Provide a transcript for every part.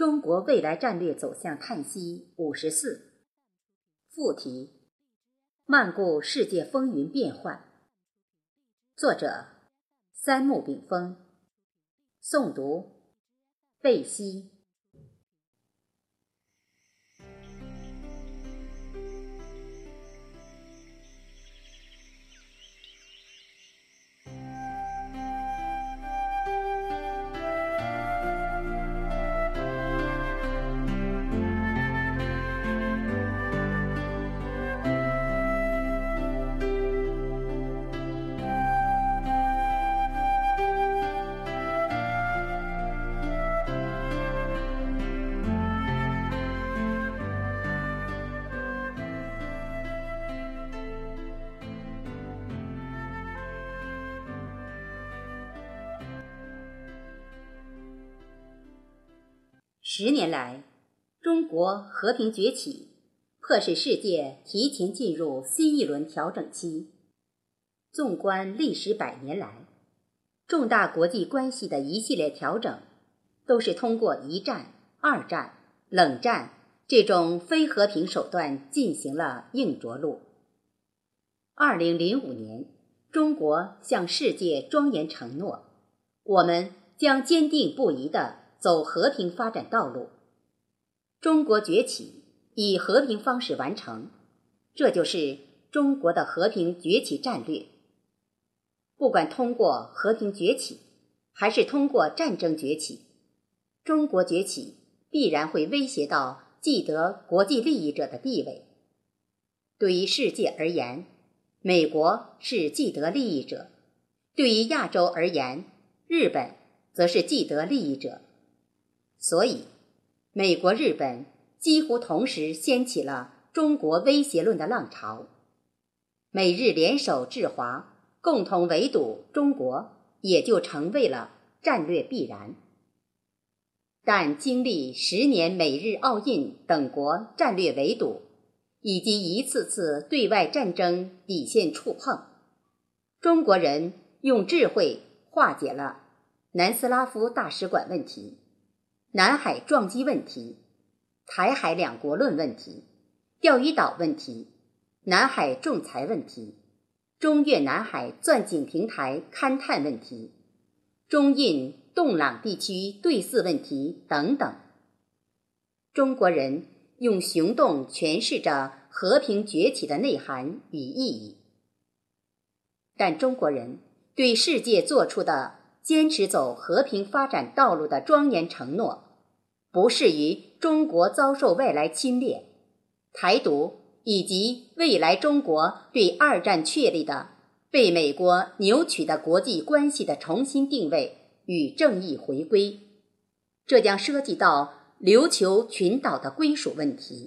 中国未来战略走向叹息54，副题：漫顾世界风云变幻。作者：三木炳峰，诵读：贝西。10年来，中国和平崛起，迫使世界提前进入新一轮调整期。纵观历时100年来，重大国际关系的一系列调整，都是通过一战、二战、冷战这种非和平手段进行了硬着陆。2005年，中国向世界庄严承诺，我们将坚定不移地走和平发展道路。中国崛起以和平方式完成，这就是中国的和平崛起战略。不管通过和平崛起，还是通过战争崛起，中国崛起必然会威胁到既得国际利益者的地位。对于世界而言，美国是既得利益者；对于亚洲而言，日本则是既得利益者。所以，美国、日本几乎同时掀起了中国威胁论的浪潮。美日联手制华，共同围堵中国，也就成为了战略必然。但经历10年美日澳印等国战略围堵，以及一次次对外战争底线触碰，中国人用智慧化解了南斯拉夫大使馆问题、南海撞击问题、台海两国论问题、钓鱼岛问题、南海仲裁问题、中越南海钻井平台勘探问题、中印洞朗地区对峙问题等等。中国人用行动诠释着和平崛起的内涵与意义。但中国人对世界做出的坚持走和平发展道路的庄严承诺，不适于中国遭受外来侵略、台独以及未来中国对二战确立的被美国扭曲的国际关系的重新定位与正义回归，这将涉及到琉球群岛的归属问题。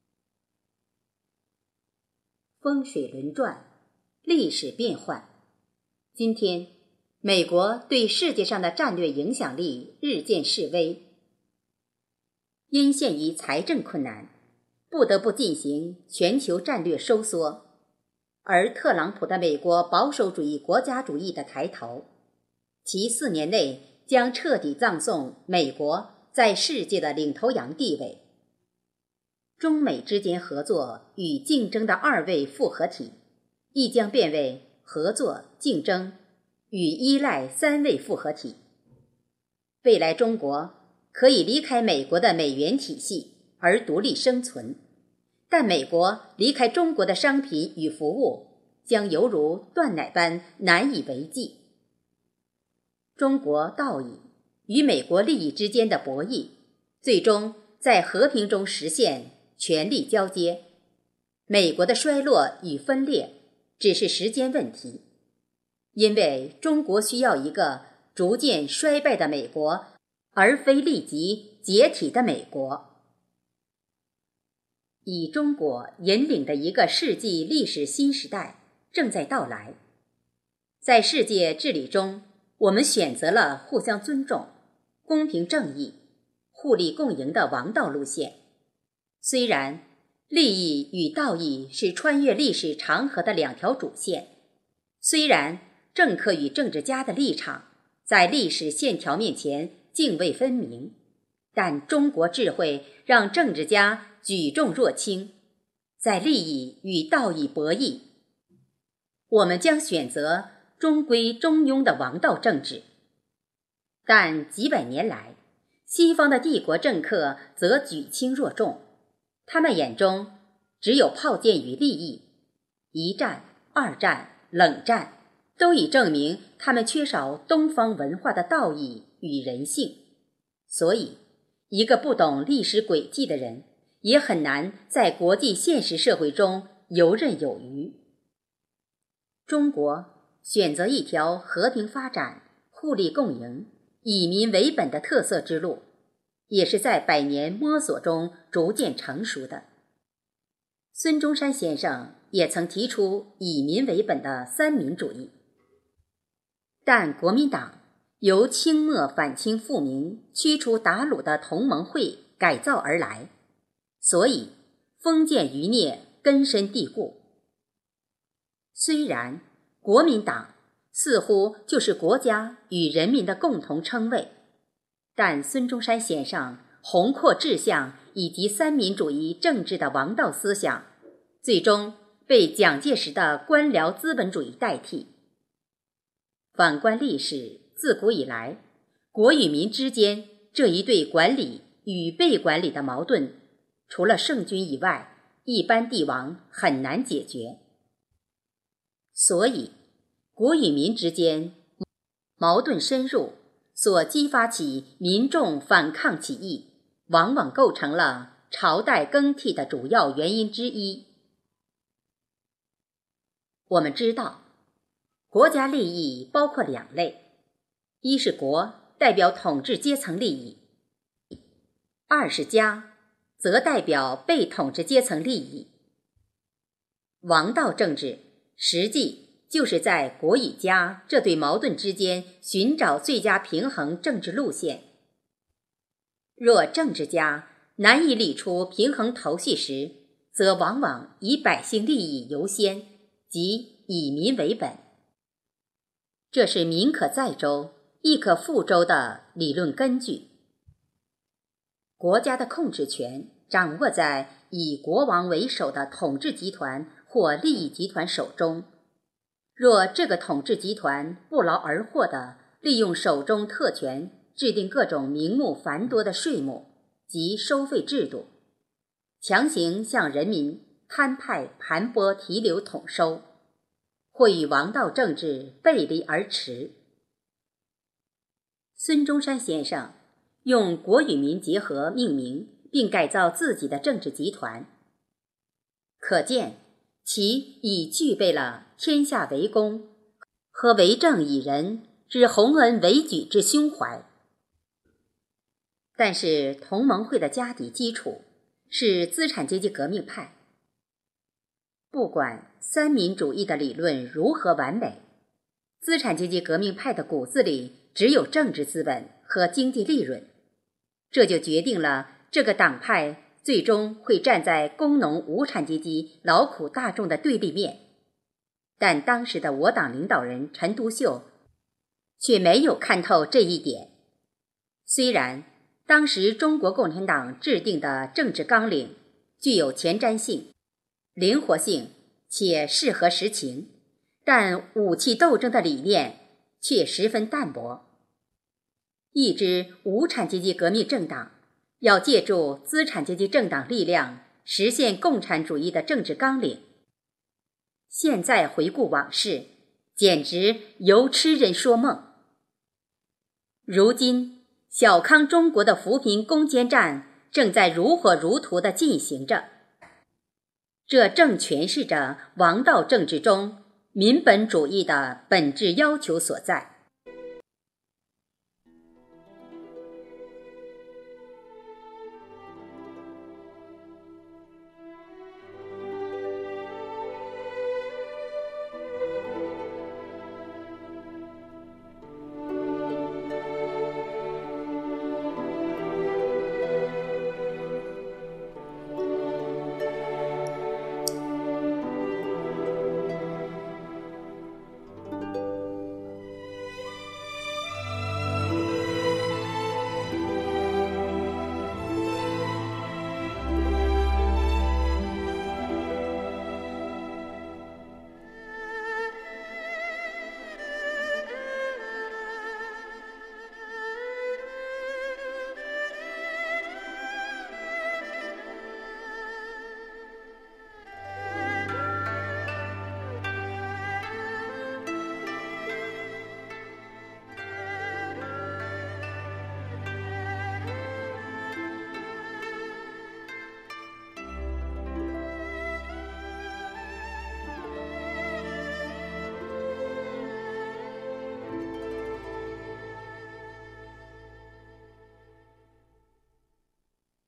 风水轮转，历史变幻。今天，美国对世界上的战略影响力日渐式微，因陷于财政困难，不得不进行全球战略收缩。而特朗普的美国保守主义国家主义的抬头，其4年内将彻底葬送美国在世界的领头羊地位。中美之间合作与竞争的2位复合体，亦将变为合作、竞争与依赖3位复合体。未来中国可以离开美国的美元体系而独立生存，但美国离开中国的商品与服务将犹如断奶般难以为继。中国道义与美国利益之间的博弈，最终在和平中实现权力交接。美国的衰落与分裂只是时间问题，因为中国需要一个逐渐衰败的美国，而非立即解体的美国。以中国引领的一个世纪历史新时代正在到来。在世界治理中，我们选择了互相尊重、公平正义、互利共赢的王道路线。虽然利益与道义是穿越历史长河的2条主线，虽然政客与政治家的立场在历史线条面前泾渭分明， 但中国智慧让政治家举重若轻，在利益与道义博弈。我们将选择中规中庸的王道政治。但几百年来，西方的帝国政客则举轻若重，他们眼中只有炮舰与利益。一战、二战、冷战都已证明他们缺少东方文化的道义与人性，所以一个不懂历史轨迹的人也很难在国际现实社会中游刃有余。中国选择一条和平发展、互利共赢、以民为本的特色之路，也是在百年摸索中逐渐成熟的。孙中山先生也曾提出以民为本的三民主义，但国民党由清末反清复明、驱除鞑虏的同盟会改造而来，所以封建余孽根深蒂固。虽然国民党似乎就是国家与人民的共同称谓，但孙中山先生宏阔志向以及三民主义政治的王道思想，最终被蒋介石的官僚资本主义代替。反观历史，自古以来，国与民之间这一对管理与被管理的矛盾，除了圣君以外，一般帝王很难解决。所以，国与民之间矛盾深入，所激发起民众反抗起义，往往构成了朝代更替的主要原因之一。我们知道，国家利益包括两类，一是国，代表统治阶层利益；二是家，则代表被统治阶层利益。王道政治实际就是在国与家这对矛盾之间寻找最佳平衡政治路线。若政治家难以理出平衡头绪时，则往往以百姓利益优先，即以民为本。这是民可载舟，亦可覆舟的理论根据。国家的控制权掌握在以国王为首的统治集团或利益集团手中。若这个统治集团不劳而获地利用手中特权，制定各种名目繁多的税目及收费制度，强行向人民摊派盘剥提留统收，或与王道政治背离而驰。孙中山先生用国与民结合命名并改造自己的政治集团，可见其已具备了天下为公和为政以仁之洪恩为举之胸怀。但是同盟会的家底基础是资产阶级革命派。不管三民主义的理论如何完美，资产阶级革命派的骨子里只有政治资本和经济利润，这就决定了这个党派最终会站在工农无产阶级劳苦大众的对立面。但当时的我党领导人陈独秀却没有看透这一点。虽然当时中国共产党制定的政治纲领具有前瞻性、灵活性且适合实情，但武器斗争的理念却十分淡薄。一支无产阶级革命政党要借助资产阶级政党力量实现共产主义的政治纲领，现在回顾往事，简直由痴人说梦。如今小康中国的扶贫攻坚战正在如火如荼地进行着，这正诠释着王道政治中民本主义的本质要求所在。